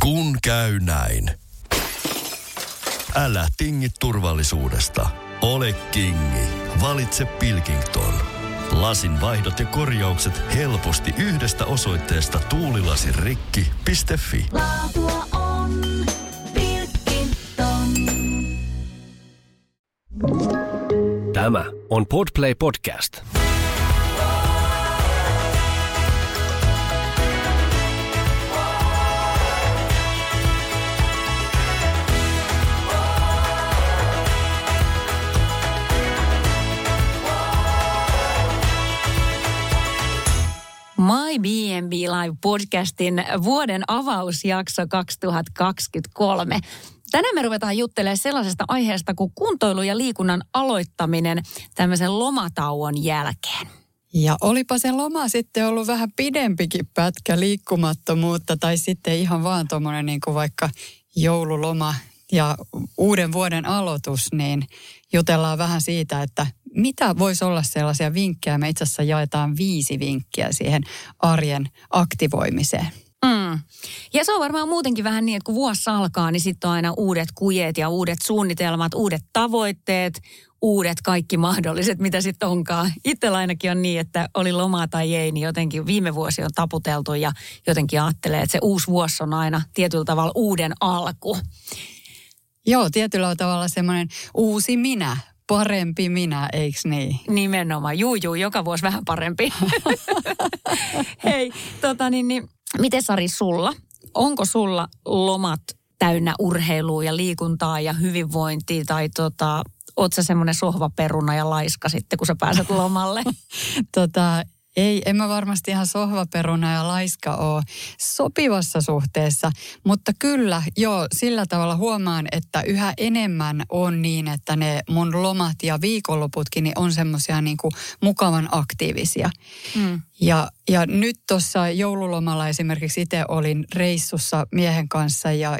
Kun käy näin. Älä tingi turvallisuudesta. Ole kingi. Valitse Pilkington. Lasin vaihdot ja korjaukset helposti yhdestä osoitteesta tuulilasirikki.fi. Laatua on Pilkington. Tämä on Podplay Podcast. My B&B Live-podcastin vuoden avausjakso 2023. Tänään me ruvetaan juttelemaan sellaisesta aiheesta kuin kuntoilu ja liikunnan aloittaminen tämmöisen lomatauon jälkeen. Ja olipa se loma sitten ollut vähän pidempikin pätkä liikkumattomuutta tai sitten ihan vaan tuommoinen niin kuin vaikka joululoma ja uuden vuoden aloitus, niin jutellaan vähän siitä, että mitä voisi olla sellaisia vinkkejä. Me itse asiassa jaetaan 5 vinkkiä siihen arjen aktivoimiseen. Ja se on varmaan muutenkin vähän niin, että kun vuosi alkaa, niin sitten on aina uudet kujet ja uudet suunnitelmat, uudet tavoitteet, uudet kaikki mahdolliset, mitä sitten onkaan. Itsellä ainakin on niin, että oli lomaa tai ei, niin jotenkin viime vuosi on taputeltu ja jotenkin ajattelee, että se uusi vuosi on aina tietyllä tavalla uuden alku. Joo, tietyllä tavalla semmoinen uusi minä. Parempi minä, eikö niin? Nimenomaan. Juu, joka vuosi vähän parempi. Hei, miten Sari sulla? Onko sulla lomat täynnä urheilua ja liikuntaa ja hyvinvointia tai oot sä semmoinen sohvaperuna ja laiska sitten, kun sä pääset lomalle? Ei, en mä varmasti ihan sohvaperuna ja laiska ole sopivassa suhteessa, mutta kyllä, joo, sillä tavalla huomaan, että yhä enemmän on niin, että ne mun lomat ja viikonloputkin niin on semmoisia niin kuin mukavan aktiivisia. Ja nyt tuossa joululomalla esimerkiksi itse olin reissussa miehen kanssa ja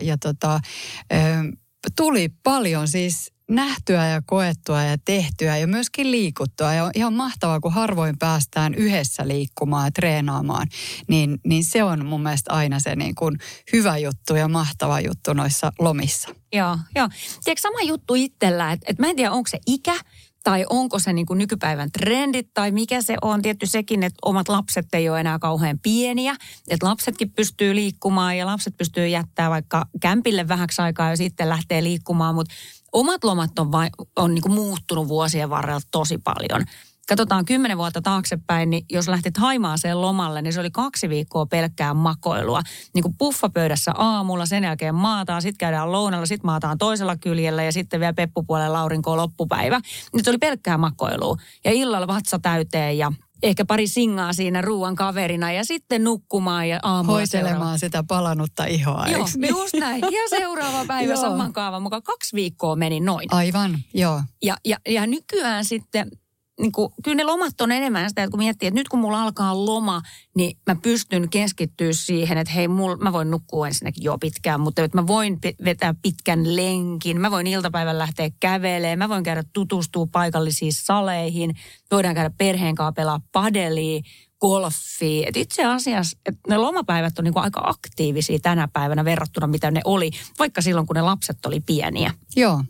tuli paljon siis nähtyä ja koettua ja tehtyä ja myöskin liikuttua. Ja on ihan mahtavaa, kun harvoin päästään yhdessä liikkumaan ja treenaamaan. Niin se on mun mielestä aina se niin kuin hyvä juttu ja mahtava juttu noissa lomissa. Joo. Tiedätkö sama juttu itsellä, että mä en tiedä, onko se ikä tai onko se niin kuin nykypäivän trendit tai mikä se on. Tietty sekin, että omat lapset ei ole enää kauhean pieniä. Että lapsetkin pystyy liikkumaan ja lapset pystyy jättää vaikka kämpille vähäksi aikaa ja sitten lähtee liikkumaan. Mutta omat lomat on niin kuin muuttunut vuosien varrella tosi paljon. Katsotaan 10 vuotta taaksepäin, niin jos lähtit Haimaaseen lomalle, niin se oli 2 viikkoa pelkkää makoilua. Niin kuin puffapöydässä aamulla, sen jälkeen maataan, sitten käydään lounalla, sitten maataan toisella kyljellä ja sitten vielä peppupuolella aurinkoa loppupäivä. Nyt oli pelkkää makoilua ja illalla vatsa täyteen ja ehkä pari singaa siinä ruuan kaverina ja sitten nukkumaan ja aamulla hoitelemaan sitä palanutta ihoa, joo, niin? just näin. Ja seuraava päivä saman kaavan mukaan 2 viikkoa meni noin. Aivan, joo. Ja nykyään sitten, niin kuin, kyllä ne lomat on enemmän sitä, että kun miettii, että nyt kun mulla alkaa loma, niin mä pystyn keskittyä siihen, että hei, mä voin nukkua ensinnäkin jo pitkään, mutta että mä voin vetää pitkän lenkin, mä voin iltapäivän lähteä kävelemään, mä voin käydä tutustua paikallisiin saleihin, voidaan käydä perheen kanssa pelaa padelia, golfia. Et itse asiassa että ne lomapäivät on niin kuin aika aktiivisia tänä päivänä verrattuna, mitä ne oli, vaikka silloin, kun ne lapset oli pieniä. Joo.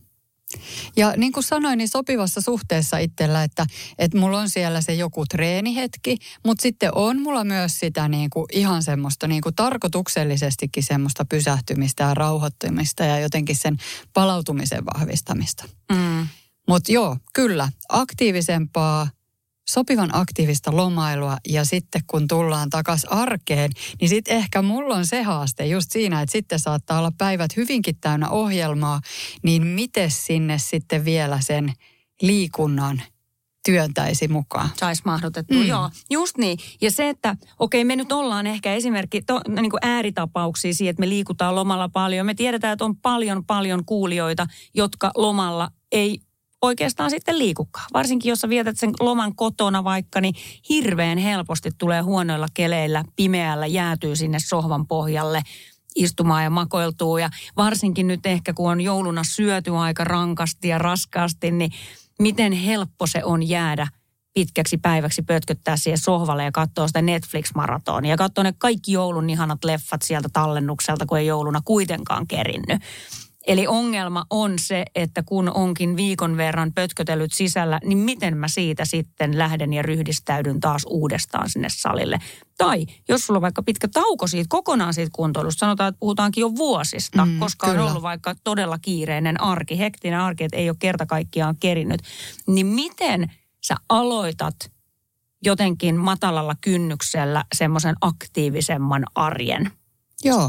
Ja niin kuin sanoin, niin sopivassa suhteessa itsellä, että mulla on siellä se joku treenihetki, mutta sitten on mulla myös sitä niin kuin ihan semmoista niin kuin tarkoituksellisestikin semmoista pysähtymistä ja rauhoittumista ja jotenkin sen palautumisen vahvistamista. Mutta joo, kyllä, aktiivisempaa, sopivan aktiivista lomailua ja sitten kun tullaan takaisin arkeen, niin sitten ehkä mulla on se haaste just siinä, että sitten saattaa olla päivät hyvinkin täynnä ohjelmaa, niin miten sinne sitten vielä sen liikunnan työntäisi mukaan? Saisi mahdotettua, joo. Just niin. Ja se, että okei, me nyt ollaan ehkä esimerkki niin kuin ääritapauksia siihen, että me liikutaan lomalla paljon. Me tiedetään, että on paljon kuulijoita, jotka lomalla ei oikeastaan sitten liikukaan. Varsinkin, jos sä vietät sen loman kotona vaikka, niin hirveän helposti tulee huonoilla keleillä, pimeällä, jäätyy sinne sohvan pohjalle istumaan ja makoiltuu. Ja varsinkin nyt ehkä, kun on jouluna syöty aika rankasti ja raskaasti, niin miten helppo se on jäädä pitkäksi päiväksi pötköttää siihen sohvalle ja katsoa sitä Netflix-maratonia ja katsoa ne kaikki joulun ihanat leffat sieltä tallennukselta, kun ei jouluna kuitenkaan kerinnyt. Eli ongelma on se, että kun onkin viikon verran pötkötellyt sisällä, niin miten mä siitä sitten lähden ja ryhdistäydyn taas uudestaan sinne salille. Tai jos sulla on vaikka pitkä tauko siitä kokonaan siitä kuntoilusta, sanotaan, että puhutaankin jo vuosista, koska kyllä. on ollut vaikka todella kiireinen arki, hektinen arki, että ei ole kerta kaikkiaan kerinnyt, niin miten sä aloitat jotenkin matalalla kynnyksellä semmoisen aktiivisemman arjen? Joo.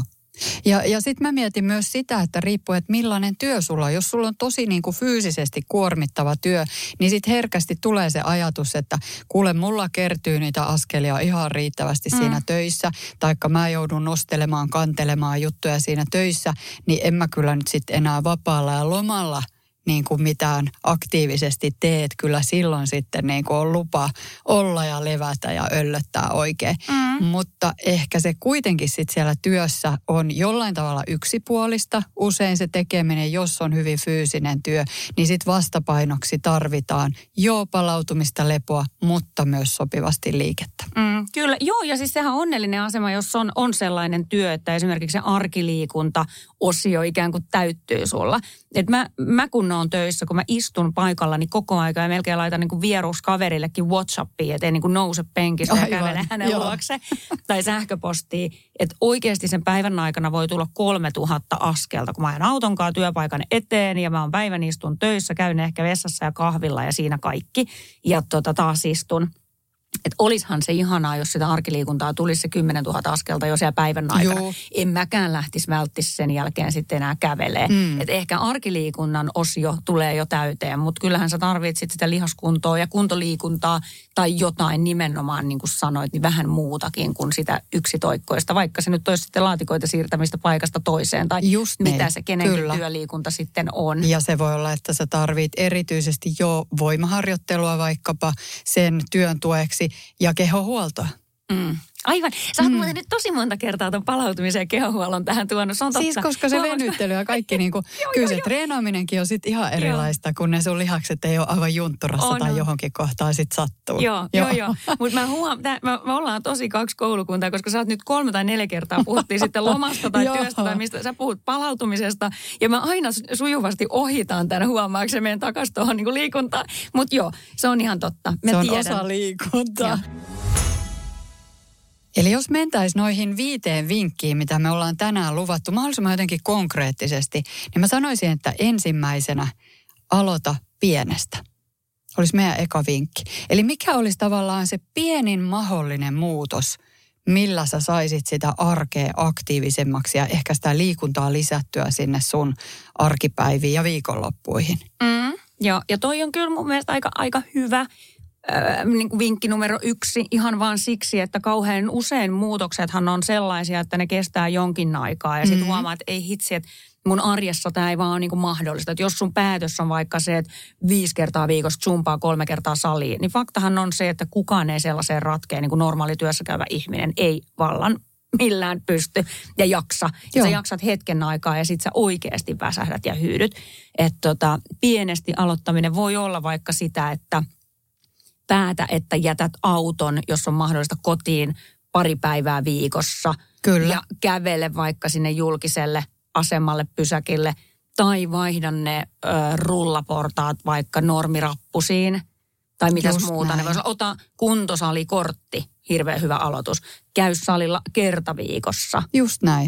Ja sitten mä mietin myös sitä, että riippuu, että millainen työ sulla on. Jos sulla on tosi niin kuin fyysisesti kuormittava työ, niin sitten herkästi tulee se ajatus, että kuule, mulla kertyy niitä askelia ihan riittävästi siinä töissä. Taikka mä joudun nostelemaan, kantelemaan juttuja siinä töissä, niin en mä kyllä nyt sitten enää vapaalla ja lomalla niin kuin mitään aktiivisesti teet. Kyllä silloin sitten niin kuin on lupa olla ja levätä ja öllöttää oikein. Mutta ehkä se kuitenkin sitten siellä työssä on jollain tavalla yksipuolista. Usein se tekeminen, jos on hyvin fyysinen työ, niin sitten vastapainoksi tarvitaan palautumista, lepoa, mutta myös sopivasti liikettä. Kyllä, joo, ja siis sehän on onnellinen asema, jos on sellainen työ, että esimerkiksi se arkiliikunta-osio ikään kuin täyttyy sulla. Et mä kun oon töissä, kun mä istun paikalla, niin koko aika ja melkein laitan niin kuin vieruskaverillekin WhatsAppiin, ettei niin kuin nouse penkistä ja kävele hänen luokse. Tai sähköpostiin, että oikeasti sen päivän aikana voi tulla 3000 askelta, kun mä ajan auton kanssa työpaikan eteen ja mä oon päivän istun töissä, käyn ehkä vessassa ja kahvilla ja siinä kaikki. Ja taas istun. Että olishan se ihanaa, jos sitä arkiliikuntaa tulisi se 10 000 askelta jo siellä päivän aikana. Joo. En mäkään välttisi sen jälkeen sitten enää kävelee. Että ehkä arkiliikunnan osio tulee jo täyteen, mutta kyllähän sä tarvitset sitä lihaskuntoa ja kuntoliikuntaa tai jotain nimenomaan, niin kuin sanoit, niin vähän muutakin kuin sitä yksitoikkoista. Vaikka se nyt olisi sitten laatikoita siirtämistä paikasta toiseen tai just mitä se kenenkin työliikunta sitten on. Ja se voi olla, että sä tarvit erityisesti jo voimaharjoittelua vaikkapa sen työn tueksi ja kehohuoltoa. Aivan. Sä oot muuten nyt tosi monta kertaa ton palautumisen ja kehohuollon tähän tuonut. Se on totta. Siis koska se venyttely ja kaikki niinku, kyllä se treenaaminenkin on sit ihan erilaista, kun ne sun lihakset ei ole aivan juntturassa tai johonkin kohtaan sit sattuu. Joo. Mutta me ollaan tosi kaksi koulukuntaa, koska sä oot nyt 3 tai 4 kertaa puhuttiin sitten lomasta tai työstä tai mistä sä puhut palautumisesta. Ja mä aina sujuvasti ohitaan tämän huomaakseni meidän takaisin tuohon niinku liikuntaan. Mutta joo, se on ihan totta. Se on osa liikuntaa. Eli jos mentäisiin noihin 5 vinkkiin, mitä me ollaan tänään luvattu mahdollisimman jotenkin konkreettisesti, niin mä sanoisin, että ensimmäisenä aloita pienestä. Olisi meidän eka vinkki. Eli mikä olisi tavallaan se pienin mahdollinen muutos, millä sä saisit sitä arkea aktiivisemmaksi ja ehkä sitä liikuntaa lisättyä sinne sun arkipäiviin ja viikonloppuihin. Ja toi on kyllä mun mielestä aika hyvä niin kuin vinkki numero 1 ihan vaan siksi, että kauhean usein muutoksethan on sellaisia, että ne kestää jonkin aikaa. Ja sitten huomaa, että ei hitsi, että mun arjessa tämä ei vaan ole niin kuin mahdollista. Että jos sun päätös on vaikka se, että 5 kertaa viikossa zumpaa 3 kertaa saliin, niin faktahan on se, että kukaan ei sellaiseen ratkeen niin kuin normaali työssä käyvä ihminen ei vallan millään pysty ja jaksa. Ja sä jaksat hetken aikaa ja sit sä oikeasti väsähdät ja hyydyt. Että pienesti aloittaminen voi olla vaikka sitä, että päätä, että jätät auton, jos on mahdollista kotiin 2 päivää viikossa. Kyllä. Ja kävele vaikka sinne julkiselle asemalle, pysäkille. Tai vaihda ne rullaportaat vaikka normirappusiin. Tai mitäs just muuta. Ne voisi ota kuntosalikortti. Hirveän hyvä aloitus. Käy salilla kerta viikossa. Just näin.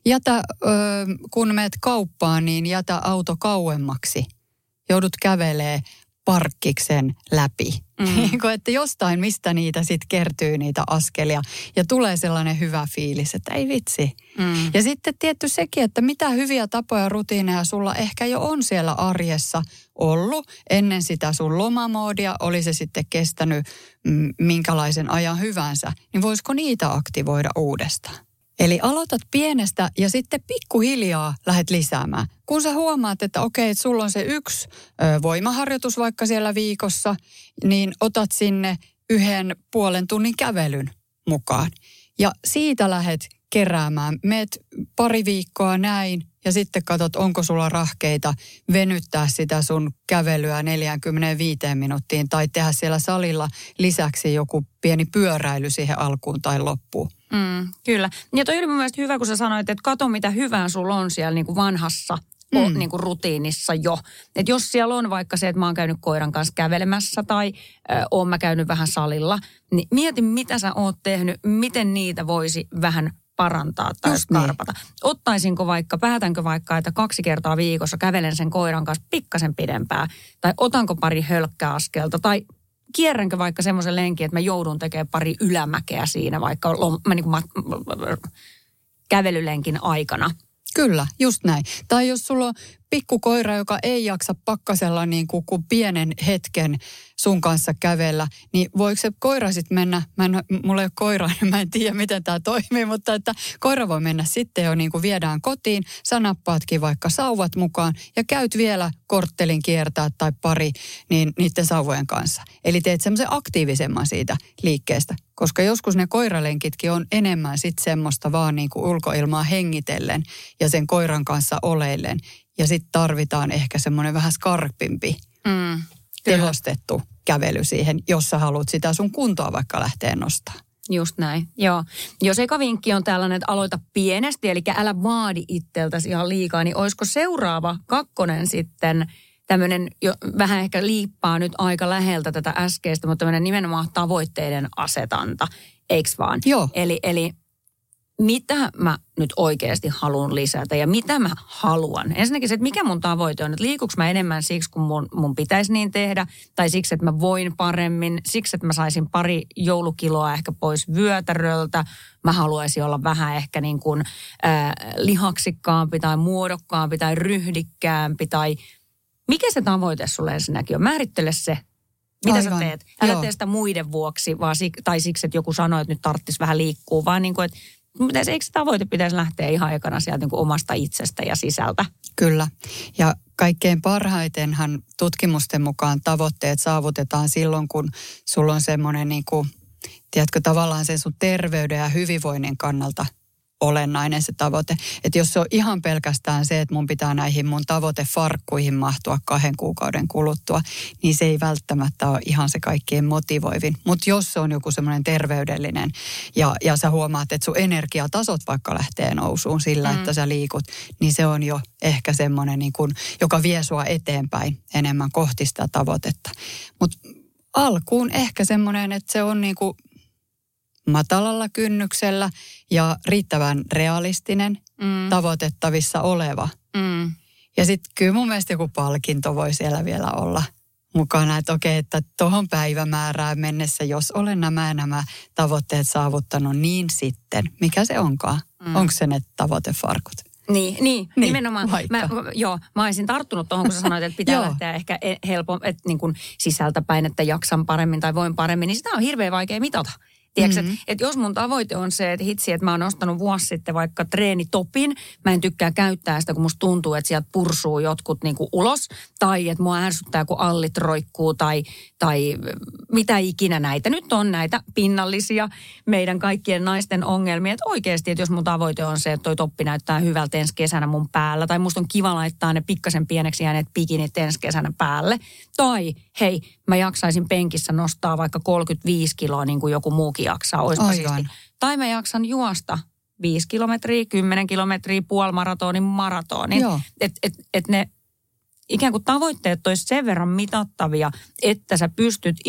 Kun menet kauppaan, niin jätä auto kauemmaksi. Joudut kävelee parkkiksen läpi. Että jostain, mistä niitä sitten kertyy niitä askelia. Ja tulee sellainen hyvä fiilis, että ei vitsi. Ja sitten tietty sekin, että mitä hyviä tapoja, rutiineja sulla ehkä jo on siellä arjessa ollut ennen sitä sun lomamoodia. Oli se sitten kestänyt minkälaisen ajan hyvänsä. Niin voisiko niitä aktivoida uudestaan? Eli aloitat pienestä ja sitten pikkuhiljaa lähdet lisäämään. Kun sä huomaat, että okei, että sulla on se 1 voimaharjoitus vaikka siellä viikossa, niin otat sinne 1,5 tunnin kävelyn mukaan. Ja siitä lähdet keräämään. Meet 2 viikkoa näin ja sitten katsot, onko sulla rahkeita venyttää sitä sun kävelyä 45 minuuttiin tai tehdä siellä salilla lisäksi joku pieni pyöräily siihen alkuun tai loppuun. Kyllä. Ja toi oli mun mielestä hyvä, kun sä sanoit, että kato mitä hyvää sulla on siellä niin kuin vanhassa niin kuin rutiinissa jo. Että jos siellä on vaikka se, että mä oon käynyt koiran kanssa kävelemässä tai oon mä käynyt vähän salilla, niin mieti mitä sä oot tehnyt, miten niitä voisi vähän parantaa tai skarpata. Niin. Päätänkö vaikka, että 2 kertaa viikossa kävelen sen koiran kanssa pikkasen pidempään, tai otanko pari hölkkäaskelta, tai kierränkö vaikka semmoisen lenkin, että mä joudun tekemään pari ylämäkeä siinä vaikka kävelylenkin aikana. Kyllä, just näin. Tai jos sulla on pikkukoira, joka ei jaksa pakkasella niin kuin pienen hetken sun kanssa kävellä, niin voiko se koira sitten mennä, mulla ei ole koiraa, niin mä en tiedä miten tämä toimii, mutta että koira voi mennä sitten jo niin kuin viedään kotiin, sä nappaatkin vaikka sauvat mukaan ja käyt vielä korttelin kiertää tai pari niin niiden sauvojen kanssa. Eli teet semmoisen aktiivisemman siitä liikkeestä, koska joskus ne koiralenkitkin on enemmän sitten semmoista vaan niin kuin ulkoilmaa hengitellen ja sen koiran kanssa oleillen. Ja sitten tarvitaan ehkä semmoinen vähän skarppimpi, tehostettu kävely siihen, jos sä haluat sitä sun kuntoa vaikka lähteä nostamaan. Just näin, joo. Jos eka vinkki on tällainen, että aloita pienesti, eli älä vaadi itseltäsi ihan liikaa, niin olisiko seuraava 2 sitten tämmöinen, vähän ehkä liippaa nyt aika läheltä tätä äskeistä, mutta tämmöinen nimenomaan tavoitteiden asetanta, eiks vaan? Joo. Eli mitä mä nyt oikeasti haluan lisätä ja mitä mä haluan. Ensinnäkin se, että mikä mun tavoite on, että liikuks mä enemmän siksi, kun mun pitäisi niin tehdä, tai siksi, että mä voin paremmin, siksi, että mä saisin pari joulukiloa ehkä pois vyötäröltä. Mä haluaisin olla vähän ehkä niin kuin lihaksikkaampi tai muodokkaampi tai ryhdikkäämpi tai mikä se tavoite sulle ensinnäkin on? Määrittele se. Mitä Aivan. sä teet? Älä tee sitä muiden vuoksi, tai siksi, että joku sanoo, että nyt tarvitsisi vähän liikkua, vaan niin kuin, että eikö se tavoite pitäisi lähteä ihan ekana sieltä niin kuin omasta itsestä ja sisältä? Kyllä. Ja kaikkein parhaitenhan tutkimusten mukaan tavoitteet saavutetaan silloin, kun sulla on semmoinen niin kuin, tiedätkö, tavallaan sen sun terveyden ja hyvinvoinnin kannalta olennainen se tavoite. Että jos se on ihan pelkästään se, että mun pitää näihin mun tavoitefarkkuihin mahtua 2 kuukauden kuluttua, niin se ei välttämättä ole ihan se kaikkein motivoivin. Mutta jos se on joku semmoinen terveydellinen ja sä huomaat, että sun energiatasot vaikka lähtee nousuun sillä, että sä liikut, niin se on jo ehkä semmoinen, niin kun, joka vie sua eteenpäin enemmän kohti sitä tavoitetta. Mutta alkuun ehkä semmoinen, että se on niin kuin matalalla kynnyksellä ja riittävän realistinen, tavoitettavissa oleva. Ja sitten kyllä mun mielestä joku palkinto voi siellä vielä olla mukana, että okei, että tuohon päivämäärään mennessä, jos olen nämä tavoitteet saavuttanut, niin sitten, mikä se onkaan? Onko se ne tavoitefarkut? Niin, nimenomaan. Mä olisin tarttunut tuohon, kun sä sanoit, että pitää lähteä ehkä helpommin, että niin kuin sisältäpäin, että jaksan paremmin tai voin paremmin, niin sitä on hirveän vaikea mitata. Tiedätkö, että jos mun tavoite on se, että hitsi, että mä oon ostanut vuosi sitten vaikka treenitopin, mä en tykkää käyttää sitä, kun musta tuntuu, että sieltä pursuu jotkut niinku ulos, tai että mua ärsyttää, kun allit roikkuu, tai mitä ikinä näitä. Nyt on näitä pinnallisia meidän kaikkien naisten ongelmia, että oikeasti, että jos mun tavoite on se, että toi toppi näyttää hyvältä ensi kesänä mun päällä, tai musta on kiva laittaa ne pikkasen pieneksi jääneet bikinit ensi kesänä päälle, tai hei, mä jaksaisin penkissä nostaa vaikka 35 kiloa, niin kuin joku muukin jaksaa. Tai mä jaksan juosta 5 kilometriä, 10 kilometriä, puolimaratonin, maratonin. Että ne ikään kuin tavoitteet olisi sen verran mitattavia, että sä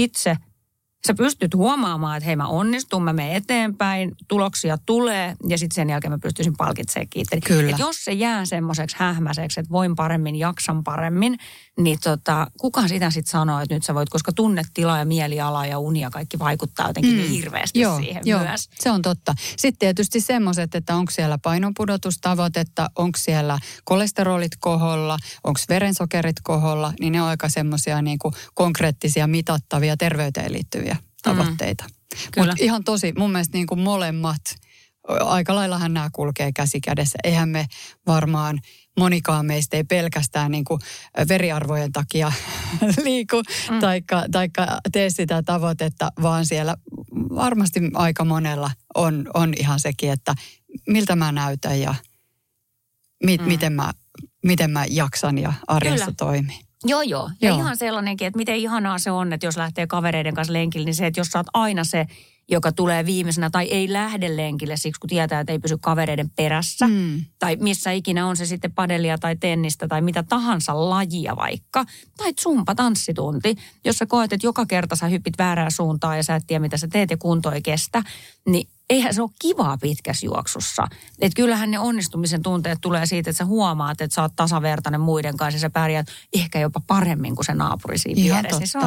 pystyt huomaamaan, että hei mä onnistun, mä menen eteenpäin, tuloksia tulee ja sitten sen jälkeen mä pystyisin palkitsemaan kiitteni. Että jos se jää semmoiseksi hähmäiseksi, että voin paremmin, jaksan paremmin, niin kuka sitä sitten sanoo, että nyt sä voit, koska tunnetila ja mieliala ja uni ja kaikki vaikuttaa jotenkin niin hirveästi siihen myös. Se on totta. Sitten tietysti semmoiset, että onko siellä painonpudotustavoitetta, onko siellä kolesterolit koholla, onko verensokerit koholla, niin ne on aika semmoisia niinku konkreettisia, mitattavia terveyteen liittyviä tavoitteita. Mutta ihan tosi, mun mielestä niin kuin molemmat, aika laillahan nämä kulkee käsi kädessä. Eihän me varmaan, monikaan meistä ei pelkästään niin kuin veriarvojen takia liiku taikka tee sitä tavoitetta, vaan siellä varmasti aika monella on ihan sekin, että miltä mä näytän ja miten mä jaksan ja arjessa toimii. Joo. Ja ihan sellainenkin, että miten ihanaa se on, että jos lähtee kavereiden kanssa lenkille, niin se, että jos sä oot aina se, joka tulee viimeisenä tai ei lähde lenkille siksi, kun tietää, että ei pysy kavereiden perässä. Tai missä ikinä on se sitten padelia tai tennistä tai mitä tahansa lajia vaikka. Tai zumba-tanssitunti, jos sä koet, että joka kerta sä hyppit väärään suuntaan ja sä et tiedä, mitä sä teet ja kunto ei kestä, niin eihän se ole kivaa pitkässä juoksussa. Että kyllähän ne onnistumisen tunteet tulee siitä, että sä huomaat, että sä oot tasavertainen muiden kanssa ja sä pärjäät ehkä jopa paremmin kuin se naapuri siinä vieressä.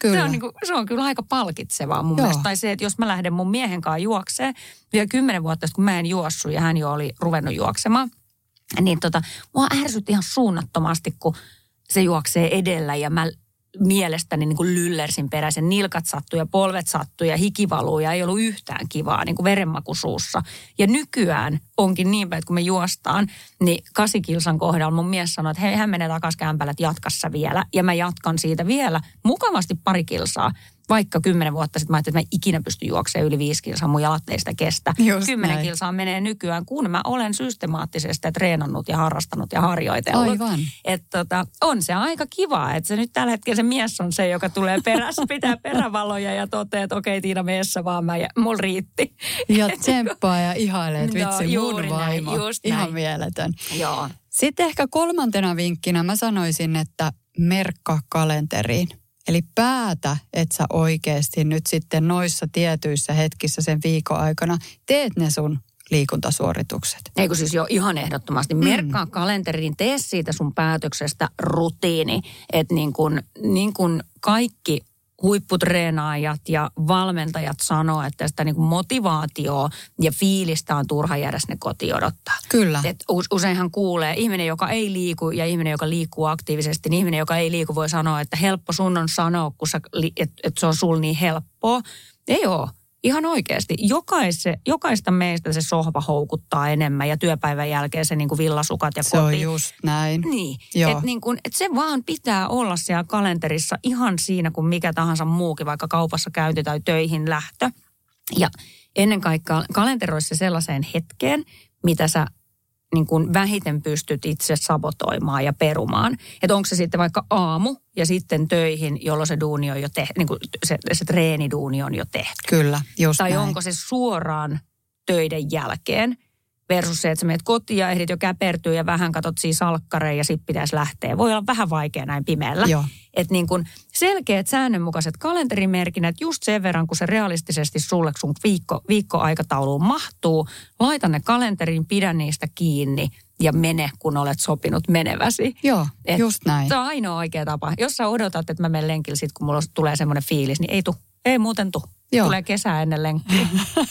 Se on kyllä aika palkitsevaa mun mielestä. Tai se, että jos mä lähden mun miehen kanssa juokseen, vielä 10 vuotta sitten, kun mä en juossut ja hän jo oli ruvennut juoksemaan, niin mua ärsytti ihan suunnattomasti, kun se juoksee edellä ja mä mielestäni niin kuin lyllersin peräisen. Nilkat sattui ja polvet sattui ja hiki valuu ja ei ollut yhtään kivaa, niin kuin verenmaku suussa. Ja nykyään onkin niin päin, että kun me juostaan, niin 8 kilsan kohdalla mun mies sanoi, että hei, hän menee takaisin kämpällä, että jatkassa vielä. Ja mä jatkan siitä vielä mukavasti 2 kilsaa. Vaikka 10 vuotta sitten mä ajattelin, että mä ikinä pysty juoksemaan yli 5 kilsaa, mun jalat ei sitä kestä. 10 kilsaa menee nykyään, kun mä olen systemaattisesti treenannut ja harrastanut ja harjoitellut. Aivan. Että on se aika kiva, että se nyt tällä hetkellä se mies on se, joka tulee perässä, pitää perävaloja ja toteaa, että okei, Tiina, meessä vaan mulla riitti. Ja tsemppaa ja ihailee, että vitsi, mun vaimo. Ihan mieletön. Joo. Sitten ehkä 3. vinkkinä mä sanoisin, että merkkaa kalenteriin. Eli päätä, että sä oikeasti nyt sitten noissa tietyissä hetkissä sen viikon aikana teet ne sun liikuntasuoritukset. Eikö siis jo ihan ehdottomasti. Merkkaa kalenteriin, tee siitä sun päätöksestä rutiini. Että niin kun kaikki huipputreenaajat ja valmentajat sanoo, että sitä niin kuin motivaatioa ja fiilistä on turha jäädä sinne kotiin odottaa. Kyllä. Et useinhan kuulee, ihminen, joka ei liiku ja ihminen, joka liikkuu aktiivisesti, niin ihminen, joka ei liiku, voi sanoa, että helppo sun on sanoa, että se on sul niin helppoa. Ei ole. Ihan oikeasti. Jokaista meistä se sohva houkuttaa enemmän ja työpäivän jälkeen se niin kuin villasukat ja koti. Se on just näin. Niin. Että se vaan pitää olla siellä kalenterissa ihan siinä kuin mikä tahansa muukin, vaikka kaupassa käynti tai töihin lähtö. Ja ennen kaikkea kalenteroi se sellaiseen hetkeen, mitä sä niin kuin vähiten pystyt itse sabotoimaan ja perumaan. Että onko se sitten vaikka aamu ja sitten töihin, jolloin se duuni on jo tehty, niin kuin se treeniduuni on jo tehty. Kyllä, just tai näin. onko se suoraan töiden jälkeen versus se, että sä menet kotiin ja ehdit jo käpertyä ja vähän katot siinä salkkareja ja sitten pitäisi lähteä. Voi olla vähän vaikea näin pimeällä. Joo. Että niin kuin selkeät säännönmukaiset kalenterimerkinnät just sen verran, kun se realistisesti sulle sun viikkoaikatauluun mahtuu. Laita ne kalenteriin, pidä niistä kiinni ja mene, kun olet sopinut meneväsi. Joo, just näin. Se on ainoa oikea tapa. Jos sä odotat, että mä menen lenkille sit, kun mulla tulee semmoinen fiilis, niin ei muuten tule. Joo. Tulee kesää ennen lenkkiä.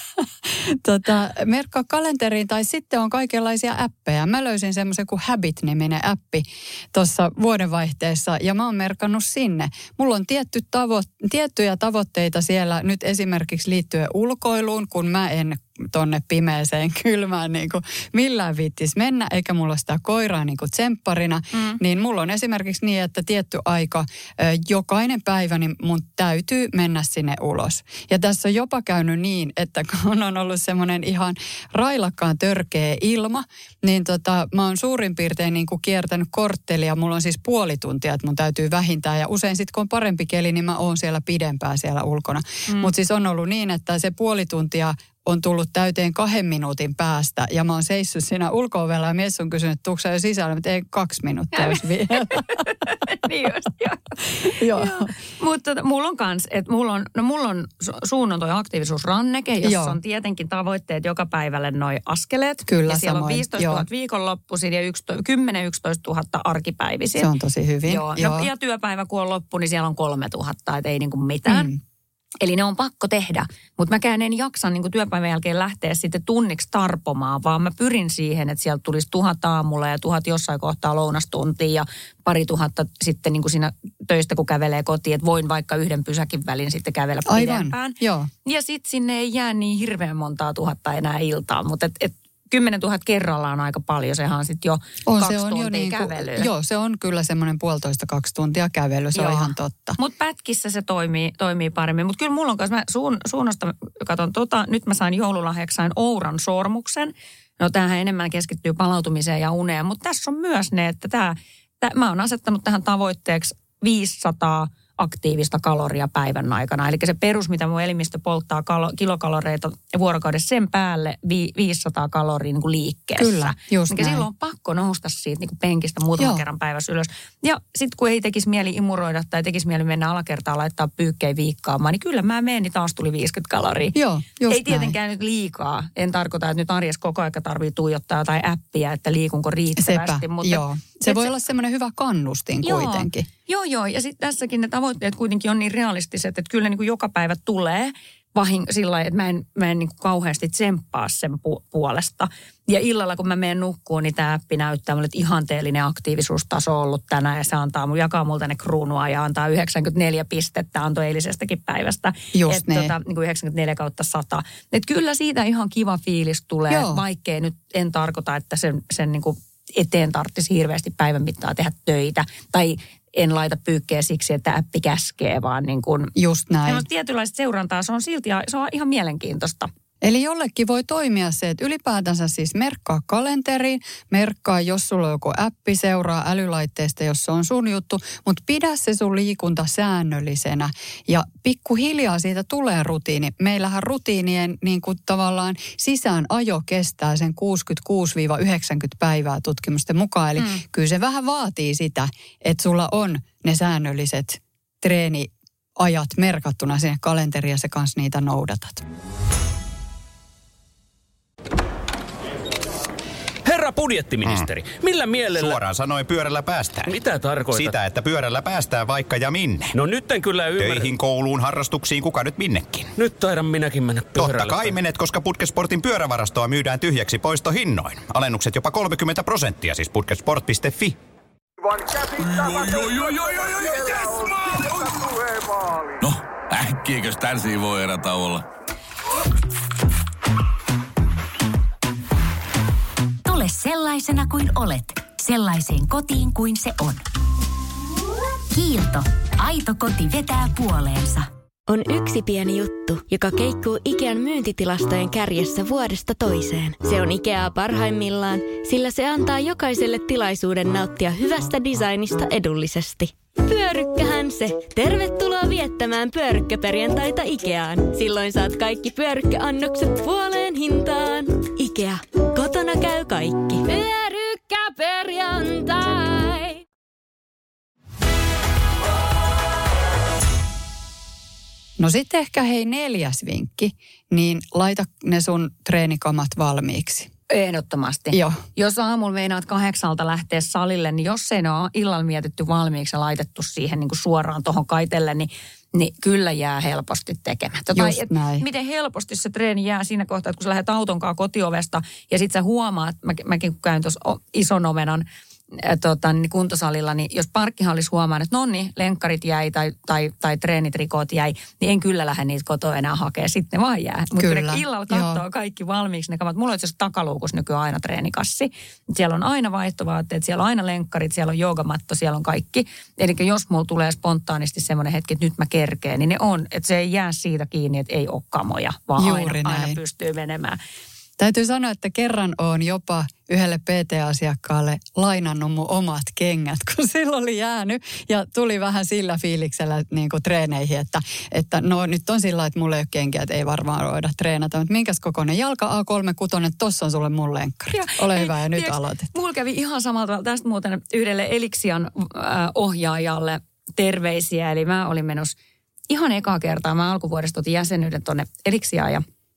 Merkkaa kalenteriin tai sitten on kaikenlaisia appeja. Mä löysin semmoisen kuin Habit-niminen appi tuossa vuodenvaihteessa ja mä oon merkannut sinne. Mulla on tiettyjä tavoitteita siellä nyt esimerkiksi liittyen ulkoiluun, kun mä en tonne pimeeseen kylmään niin kuin millään viittis mennä, eikä mulla ole sitä koiraa niin kuin tsempparina, niin mulla on esimerkiksi niin, että tietty aika, jokainen päivä, niin mun täytyy mennä sinne ulos. Ja tässä on jopa käynyt niin, että kun on ollut semmoinen ihan railakkaan törkeä ilma, niin mä oon suurin piirtein niin kuin kiertänyt korttelia, mulla on siis puoli tuntia, että mun täytyy vähintään, ja usein sitten kun on parempi keli, niin mä oon siellä pidempään siellä ulkona. Mutta siis on ollut niin, että se puoli tuntia on tullut täyteen 2 minuutin päästä ja mä oon seissyt siinä ulko-ovella ja mies on kysynyt, että tuutko sä jo sisällä, mutta ei 2 minuuttia olisi vielä. Niin just, joo. Mutta mulla on kans, että mulla on suunnon toi aktiivisuusranneke, jossa on tietenkin tavoitteet joka päivälle noi askeleet. Kyllä, ja siellä samoin. on 15 000 viikonloppuisin ja 10-11 000 arkipäivisin. Se on tosi hyvin. Joo. No, ja työpäivä kun on loppu, niin siellä on 3 000, että ei niinku mitään. Eli ne on pakko tehdä, mutta mäkään en jaksa niin kuin työpäivän jälkeen lähteä sitten tunniksi tarpomaan, vaan mä pyrin siihen, että sieltä tulisi 1000 aamulla ja 1000 jossain kohtaa lounastuntia ja 2000 sitten niin kuin siinä töistä, kun kävelee kotiin, että voin vaikka 1 pysäkin välin sitten kävellä pidempään. Aivan, joo. Ja sitten sinne ei jää niin hirveän montaa tuhatta enää iltaan, mutta 10 000 kerrallaan on aika paljon, sehän on sitten jo 2 tuntia niin kävelyä. Joo, se on kyllä semmoinen 1,5–2 tuntia kävely, se on ihan totta. Mutta pätkissä se toimii paremmin. Mutta kyllä mulla on kanssa, mä suunnasta katson nyt mä sain joululahjaksi Ouran sormuksen. No tämähän enemmän keskittyy palautumiseen ja uneen, mutta tässä on myös ne, että mä oon asettanut tähän tavoitteeksi 500 aktiivista kaloria päivän aikana. Eli se perus, mitä mun elimistö polttaa kilokaloreita vuorokaudessa, sen päälle 500 kaloria niin kuin liikkeessä. Kyllä, just Mikä näin. silloin on pakko nousta siitä niin kuin penkistä muutaman kerran päivässä ylös. Ja sitten kun ei tekisi mieli imuroida tai tekisi mieli mennä alakertaan laittaa pyykkejä viikkaamaan, niin kyllä mä menen, niin taas tuli 50 kaloria. Joo, just ei tietenkään nyt liikaa. En tarkoita, että nyt arjessa koko aika tarvii tuijottaa jotain appia, että liikunko riittävästi. Sepä, mutta joo. Se voi olla semmoinen hyvä kannustin kuitenkin. Joo. Ja sitten tässäkin ne tavoitteet kuitenkin on niin realistiset, että kyllä niin kuin joka päivä tulee sillä lailla, että mä en niin kuin kauheasti tsemppaa sen puolesta. Ja illalla, kun mä menen nukkuun, niin tämä appi näyttää mulle, että ihanteellinen aktiivisuustaso on ollut tänään. Ja se jakaa multa ne kruunua ja antaa 94 pistettä, antoi eilisestäkin päivästä. Just niin. Niin kuin 94/100. Että kyllä siitä ihan kiva fiilis tulee, vaikkei nyt en tarkoita, että sen niin kuin eteen tarvitsisi hirveästi päivän mittaan tehdä töitä. Tai en laita pyykkejä siksi, että appi käskee, vaan niin kuin... Just näin. Tietynlaista seurantaa, se on silti se on ihan mielenkiintoista. Eli jollekin voi toimia se, että ylipäätänsä siis merkkaa kalenteriin, merkkaa, jos sulla on joku appi, seuraa älylaitteesta, jos se on sun juttu, mutta pidä se sun liikunta säännöllisenä ja pikkuhiljaa siitä tulee rutiini. Meillähän rutiinien niin kuin tavallaan sisään ajo kestää sen 66-90 päivää tutkimusten mukaan, eli kyllä se vähän vaatii sitä, että sulla on ne säännölliset treeniajat merkattuna sinne kalenteriin ja sä kanssa niitä noudatat. Herra budjettiministeri, millä mielellä... Suoraan sanoen pyörällä päästään. Mitä tarkoitat? Sitä, että pyörällä päästään vaikka ja minne. No nyt en kyllä ymmärrä. Töihin, kouluun, harrastuksiin, kuka nyt minnekin. Nyt taidan minäkin mennä pyörällä. Totta kai menet, koska Putkesportin pyörävarastoa myydään tyhjäksi poistohinnoin. Alennukset jopa 30%, siis putkesport.fi. No, äkkiäkös tän siivoo erätauolla? Tule sellaisena kuin olet, sellaiseen kotiin kuin se on. Kiilto. Aito koti vetää puoleensa. On yksi pieni juttu, joka keikkuu Ikean myyntitilastojen kärjessä vuodesta toiseen. Se on Ikeaa parhaimmillaan, sillä se antaa jokaiselle tilaisuuden nauttia hyvästä designista edullisesti. Pyörykkähän se. Tervetuloa viettämään pyörykkäperjantaita Ikeaan. Silloin saat kaikki pyörykkäannokset puoleen hintaan. Ikea. Kotona käy kaikki. Pyörykkäperjantai. No sitten ehkä 4. vinkki, niin laita ne sun treenikamat valmiiksi. Ehdottomasti. Joo. Jos aamulla meinaat 8 lähteä salille, niin jos ei ne ole illalla mietitty valmiiksi ja laitettu siihen niin kuin suoraan tuohon kaitelle, niin kyllä jää helposti tekemättä. Just näin. Miten helposti se treeni jää siinä kohtaa, että kun sä lähdet autonkaan kotiovesta ja sit sä huomaat, mäkin kun käyn tuossa ison omenan kuntosalilla, niin jos parkkihallissa huomaan, että no niin, lenkkarit jäi tai treenitrikoot jäi, niin en kyllä lähde niitä kotoa enää hakea. Sitten ne vaan jää. Mutta kun illalla katsoo kaikki valmiiksi ne kamat. Mulla on itse asiassa takaluukus nykyään aina treenikassi. Siellä on aina vaihtovaatteet, siellä on aina lenkkarit, siellä on joogamatto, siellä on kaikki. Eli jos mulla tulee spontaanisti semmoinen hetki, että nyt mä kerkeen, niin ne on. Että se ei jää siitä kiinni, että ei ole kamoja, vaan aina pystyy menemään. Täytyy sanoa, että kerran olen jopa yhdelle PT-asiakkaalle lainannut mun omat kengät, kun silloin oli jäänyt. Ja tuli vähän sillä fiiliksellä niin kuin treeneihin, että no nyt on sillä, että mulla ei ole kenkiä, että ei varmaan voida treenata. Mutta minkäs kokoinen jalka A36, tossa on sulle mun lenkkarit. Ole hyvä ja nyt aloitet. Mulla kävi ihan samalta tästä muuten yhdelle Elixian ohjaajalle terveisiä. Eli mä olin menossa ihan ekaa kertaa. Mä alkuvuodesta otin jäsenyyden tonne Elixiaan ja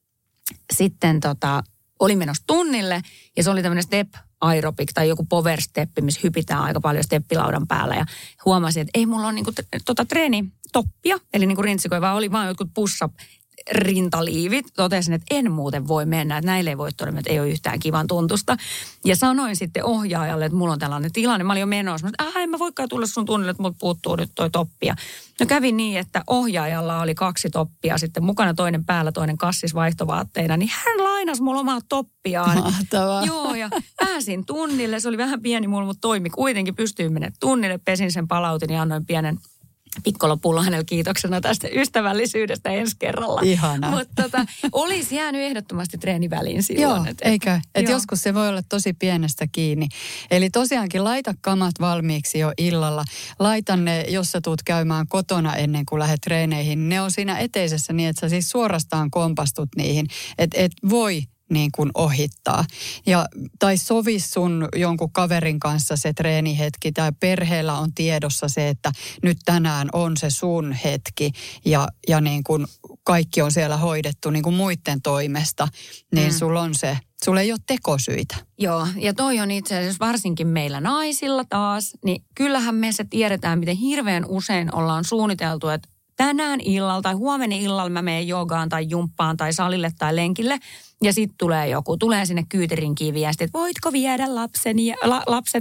sitten olin menossa tunnille ja se oli tämmöinen step aerobic tai joku power step, missä hypitään aika paljon steppilaudan päällä ja huomasin, että ei mulla ole niinku treenitoppia, eli niinku rintsikoi, vaan oli vaan jotkut push-up rintaliivit. Totesin, että en muuten voi mennä, että näille ei voi todella, että ei ole yhtään kivan tuntusta. Ja sanoin sitten ohjaajalle, että mulla on tällainen tilanne. Mä olin jo menossa. Mä sanoin, en mä voikaan tulla sun tunnille, että multa puuttuu nyt toi toppia. No kävi niin, että ohjaajalla oli 2 toppia sitten mukana, toinen päällä, toinen kassis vaihtovaatteina. Niin hän lainasi mulla omaa toppiaan. Mahtavaa. Joo, ja pääsin tunnille. Se oli vähän pieni mulla, mutta toimi kuitenkin. Pystyin mennä tunnille, pesin sen, palautin ja annoin pienen Piccolo-pullo hänelle kiitoksena tästä ystävällisyydestä ensi kerralla. Ihanaa. Mutta olisi jäänyt ehdottomasti treeniväliin silloin. Joo, eikö? Että joskus se voi olla tosi pienestä kiinni. Eli tosiaankin laita kamat valmiiksi jo illalla. Laita ne, jos sä tuut käymään kotona ennen kuin lähdet treeneihin. Ne on siinä eteisessä niin, että sä siis suorastaan kompastut niihin. Että et voi niin kuin ohittaa. Tai sovi sun jonkun kaverin kanssa se treenihetki tai perheellä on tiedossa se, että nyt tänään on se sun hetki ja niin kuin kaikki on siellä hoidettu niin kuin muiden toimesta, niin sulla ei ole tekosyitä. Joo, ja toi on itse asiassa varsinkin meillä naisilla taas, niin kyllähän me se tiedetään, miten hirveän usein ollaan suunniteltu, että tänään illalla tai huomenna illalla mä menen jogaan tai jumppaan tai salille tai lenkille. Ja sitten tulee sinne kyytirinkiin viesti, että voitko viedä lapset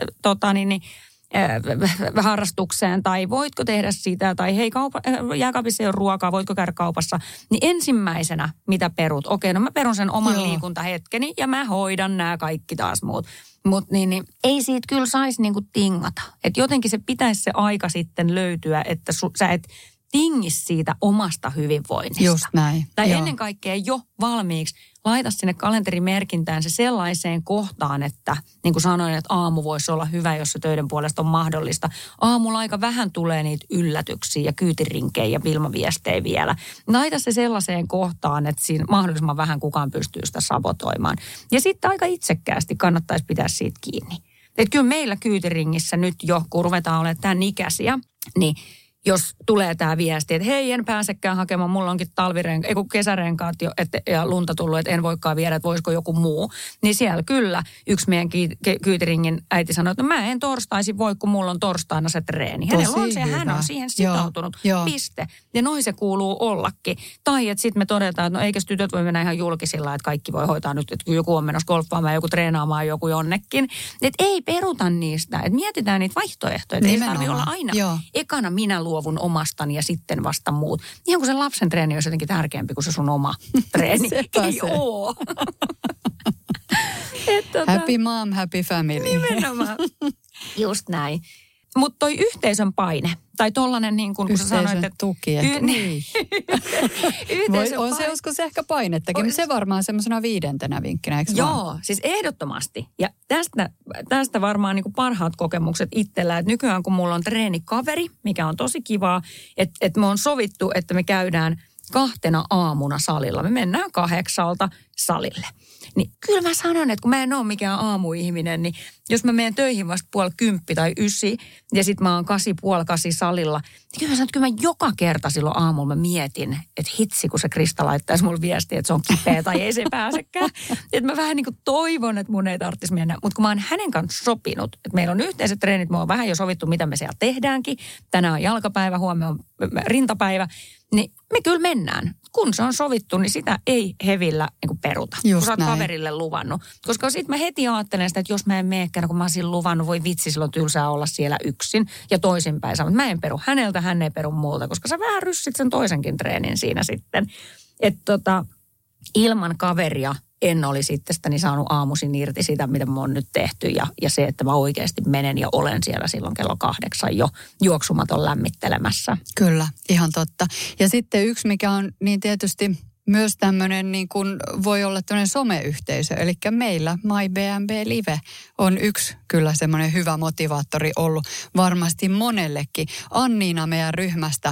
harrastukseen tai voitko tehdä sitä tai hei jääkaapissa ei ole ruokaa, voitko käydä kaupassa. Niin ensimmäisenä mitä perut? Okei, no mä perun sen oman liikuntahetkeni ja mä hoidan nämä kaikki taas muut. Mutta niin, ei siitä kyllä saisi niinku tingata. Että jotenkin se pitäisi se aika sitten löytyä, että sä et tingis siitä omasta hyvinvoinnista. Just näin. Tai ennen kaikkea jo valmiiksi laita sinne kalenterimerkintään se sellaiseen kohtaan, että niin kuin sanoin, että aamu voisi olla hyvä, jos se töiden puolesta on mahdollista. Aamulla aika vähän tulee niitä yllätyksiä ja kyytirinkejä ja filmaviestejä vielä. Laita se sellaiseen kohtaan, että siinä mahdollisimman vähän kukaan pystyy sitä sabotoimaan. Ja sitten aika itsekkäästi kannattaisi pitää siitä kiinni. Että kyllä meillä kyytiringissä nyt jo, kun ruvetaan olemaan tämän ikäisiä, niin jos tulee tämä viesti, että hei, en pääsekään hakemaan, mulla onkin kesärenkaat jo, ja lunta tullut, että en voikaan viedä, että voisiko joku muu. Niin siellä kyllä yksi meidän kyytiringin äiti sanoi, että mä en torstaisin voi, kun mulla on torstaina se treeni. Hänellä on se ja hän on siihen sitoutunut. Piste. Ja noin se kuuluu ollakin. Tai että sitten me todetaan, että no eikös tytöt voi mennä ihan julkisilla, että kaikki voi hoitaa nyt, että joku on menossa golfaamaan, joku treenaamaan, joku jonnekin. Että ei peruta niistä. Että mietitään niitä vaihtoehtoja. Että ei tarvitse olla aina ekana minä luovun omastani ja sitten vasta muut. Ihan kuin sen lapsen treeni olisi jotenkin tärkeämpi kuin se sun oma treeni. Ei oo. Happy mom, happy family. Nimenomaan. Just näin. Mutta toi yhteisön paine, tai tollainen niin kuin sä sanoit, että tuki. Niin. On se joskus ehkä painettakin, mutta se varmaan semmoisena 5. vinkkinä, eikö Joo, siis ehdottomasti. Ja tästä varmaan niin kuin parhaat kokemukset itsellä, että nykyään kun mulla on treenikaveri, mikä on tosi kivaa, että me on sovittu, että me käydään 2 aamuna salilla. Me mennään 8 salille. Niin kyllä mä sanon, että kun mä en ole mikään aamuihminen, niin jos mä menen töihin vasta 8:30 tai 9 ja sit mä oon 7:30 salilla, niin kyllä mä sanon, että kyllä mä joka kerta silloin aamulla mä mietin, että hitsi kun se Krista laittaisi mulle viestiä, että se on kipeä tai ei se pääsekään. Että mä vähän niin kuin toivon, että mun ei tarvitsisi mennä. Mutta kun mä oon hänen kanssa sopinut, että meillä on yhteiset treenit, me on vähän jo sovittu, mitä me siellä tehdäänkin. Tänään on jalkapäivä, huomenna on rintapäivä. Niin me kyllä mennään. Kun se on sovittu, niin sitä ei hevillä niin kuin peruta. Just kun sä oot kaverille luvannut. Koska sit mä heti ajattelen sitä, että jos mä en meekään, kun mä oon siinä luvannut, voi vitsi, silloin tylsää olla siellä yksin. Ja toisinpäin sanon, että mä en peru häneltä, hän ei peru multa. Koska sä vähän ryssit sen toisenkin treenin siinä sitten. Että ilman kaveria en olisi itsestäni saanut aamuisin irti sitä, mitä mä oon nyt tehty. Ja se, että mä oikeasti menen ja olen siellä silloin kello 8 jo juoksumaton lämmittelemässä. Kyllä, ihan totta. Ja sitten yksi, mikä on niin tietysti myös tämmöinen niin kuin voi olla tämmöinen someyhteisö. Eli meillä MyBNB Live on yksi kyllä semmoinen hyvä motivaattori ollut varmasti monellekin. Anniina meidän ryhmästä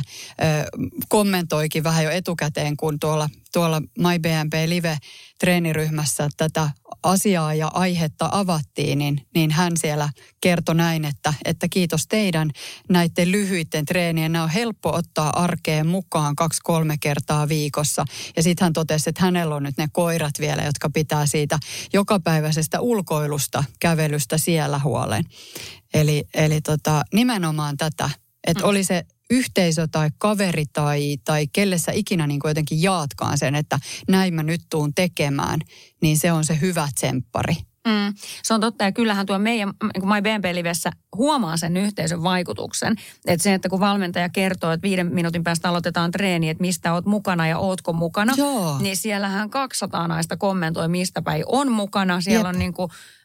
kommentoikin vähän jo etukäteen, kun tuolla MyBNB Live treeniryhmässä tätä asiaa ja aihetta avattiin, niin hän siellä kertoi näin, että kiitos teidän näiden lyhyiden treenien. Nämä on helppo ottaa arkeen mukaan 2-3 kertaa viikossa. Ja sitten hän totesi, että hänellä on nyt ne koirat vielä, jotka pitää siitä jokapäiväisestä ulkoilusta, kävelystä siellä huolen. Eli nimenomaan tätä, että oli se yhteisö tai kaveri tai kelle sä ikinä niin kuin jotenkin jaatkaan sen, että näin mä nyt tuun tekemään, niin se on se hyvä tsemppari. Se on totta ja kyllähän tuo meidän MyBNB-livessä huomaa sen yhteisön vaikutuksen. Että se, että kun valmentaja kertoo, että 5 minuutin päästä aloitetaan treeni, että mistä oot mukana ja ootko mukana, niin siellähän 200 naista kommentoi, mistä päin on mukana. Siellä on niin kuin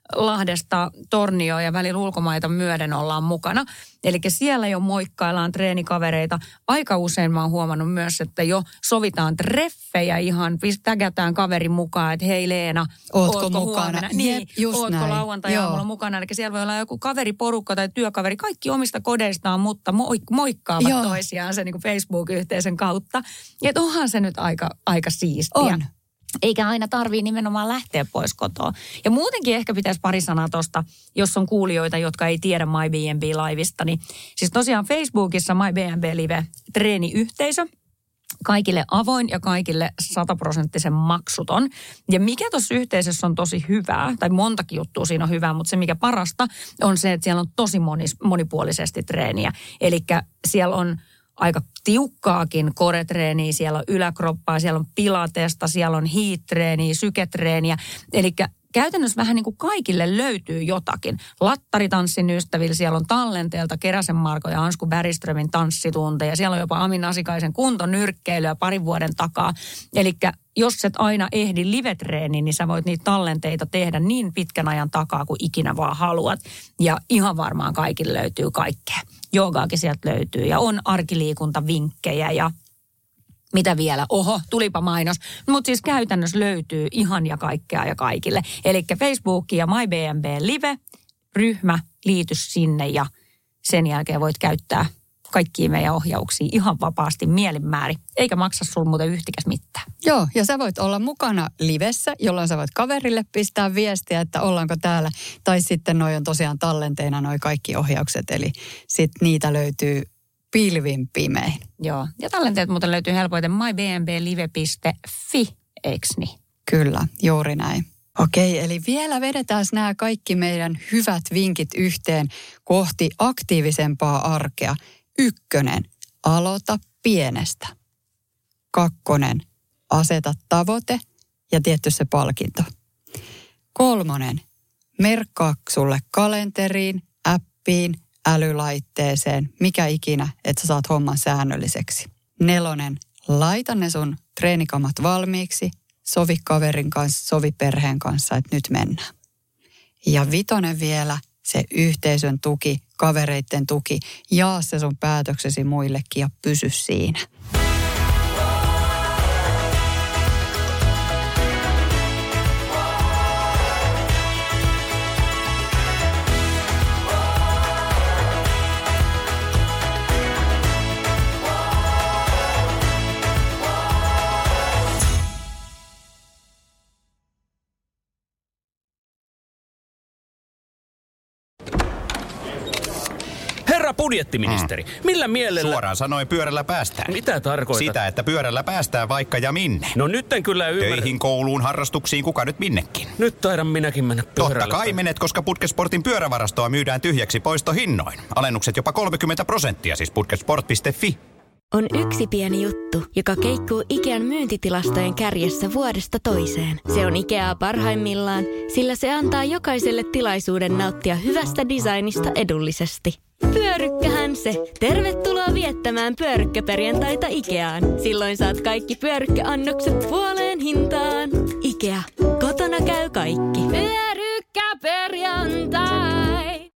Lahdesta Tornioon ja välillä ulkomaita myöden ollaan mukana. Eli siellä jo moikkaillaan treenikavereita. Aika usein mä oon huomannut myös, että jo sovitaan treffejä ihan, tägätään kaverin mukaan, että hei Leena, ootko mukana? Huomenna? Niin, ootko lauantai-aamulla mukana? Eli siellä voi olla joku kaveriporukka tai työkaveri, kaikki omista kodeistaan, mutta moikkaavat toisiaan sen niin kuin Facebook-yhteisön kautta. Ja onhan se nyt aika siistiä. On. Eikä aina tarvii nimenomaan lähteä pois kotoa. Ja muutenkin ehkä pitäisi pari sanaa tuosta, jos on kuulijoita, jotka ei tiedä MyBNB-laivista. Niin siis tosiaan Facebookissa MyBNB Live treeniyhteisö. Kaikille avoin ja kaikille 100% maksuton. Ja mikä tuossa yhteisössä on tosi hyvää, tai montakin juttua siinä on hyvää, mutta se mikä parasta on se, että siellä on tosi monipuolisesti treeniä. Eli siellä on aika tiukkaakin core-treeniä, siellä on yläkroppaa, siellä on pilatesta, siellä on heat-treeniä, syketreeniä. Eli käytännössä vähän niin kuin kaikille löytyy jotakin. Lattaritanssin ystävillä, siellä on Tallenteelta Keräsen Marko ja Ansku Bergströmin tanssitunteja. Siellä on jopa Amin Asikaisen kuntonyrkkeilyä parin vuoden takaa. Eli jos et aina ehdi live-treeniin, niin sä voit niitä tallenteita tehdä niin pitkän ajan takaa kuin ikinä vaan haluat. Ja ihan varmaan kaikille löytyy kaikkea. Joogaakin sieltä löytyy ja on arkiliikuntavinkkejä ja mitä vielä? Oho, tulipa mainos. Mutta siis käytännössä löytyy ihan ja kaikkea ja kaikille. Eli Facebook ja MyBNB Live, ryhmä, liity sinne ja sen jälkeen voit käyttää kaikkia meidän ohjauksia ihan vapaasti mielinmäärin. Eikä maksa sulla muuten yhtikäs mitään. Joo, ja sä voit olla mukana livessä, jolloin sä voit kaverille pistää viestiä, että ollaanko täällä. Tai sitten noi on tosiaan tallenteina noi kaikki ohjaukset, eli sitten niitä löytyy pilvin pimein. Joo, ja tallenteet muuten löytyy helpoiten mybnblive.fi, eiks niin? Kyllä, juuri näin. Okei, eli vielä vedetään nämä kaikki meidän hyvät vinkit yhteen kohti aktiivisempaa arkea. 1. Aloita pienestä. 2. Aseta tavoite ja tietty se palkinto. 3. Merkkaa sulle kalenteriin, appiin, älylaitteeseen, mikä ikinä, että sä saat homman säännölliseksi. 4. Laita ne sun treenikamat valmiiksi, sovi kaverin kanssa, sovi perheen kanssa, että nyt mennään. Ja 5. vielä se yhteisön tuki, kavereitten tuki, jaa se sun päätöksesi muillekin ja pysy siinä. Herra budjettiministeri, millä mielellä... Suoraan sanoen pyörällä päästään. Mitä tarkoitat? Sitä, että pyörällä päästään vaikka ja minne. No nyt en kyllä ymmärrä. Töihin, kouluun, harrastuksiin, kuka nyt minnekin. Nyt taidan minäkin mennä pyörällä. Totta kai menet, koska Putkesportin pyörävarastoa myydään tyhjäksi poistohinnoin. Alennukset jopa 30%, siis putkesport.fi. On yksi pieni juttu, joka keikkuu Ikean myyntitilastojen kärjessä vuodesta toiseen. Se on Ikeaa parhaimmillaan, sillä se antaa jokaiselle tilaisuuden nauttia hyvästä designista edullisesti. Pyörykkähän se! Tervetuloa viettämään pyörykkäperjantaita Ikeaan. Silloin saat kaikki pyörykkäannokset puoleen hintaan. Ikea. Kotona käy kaikki. Pyörykkäperjantai!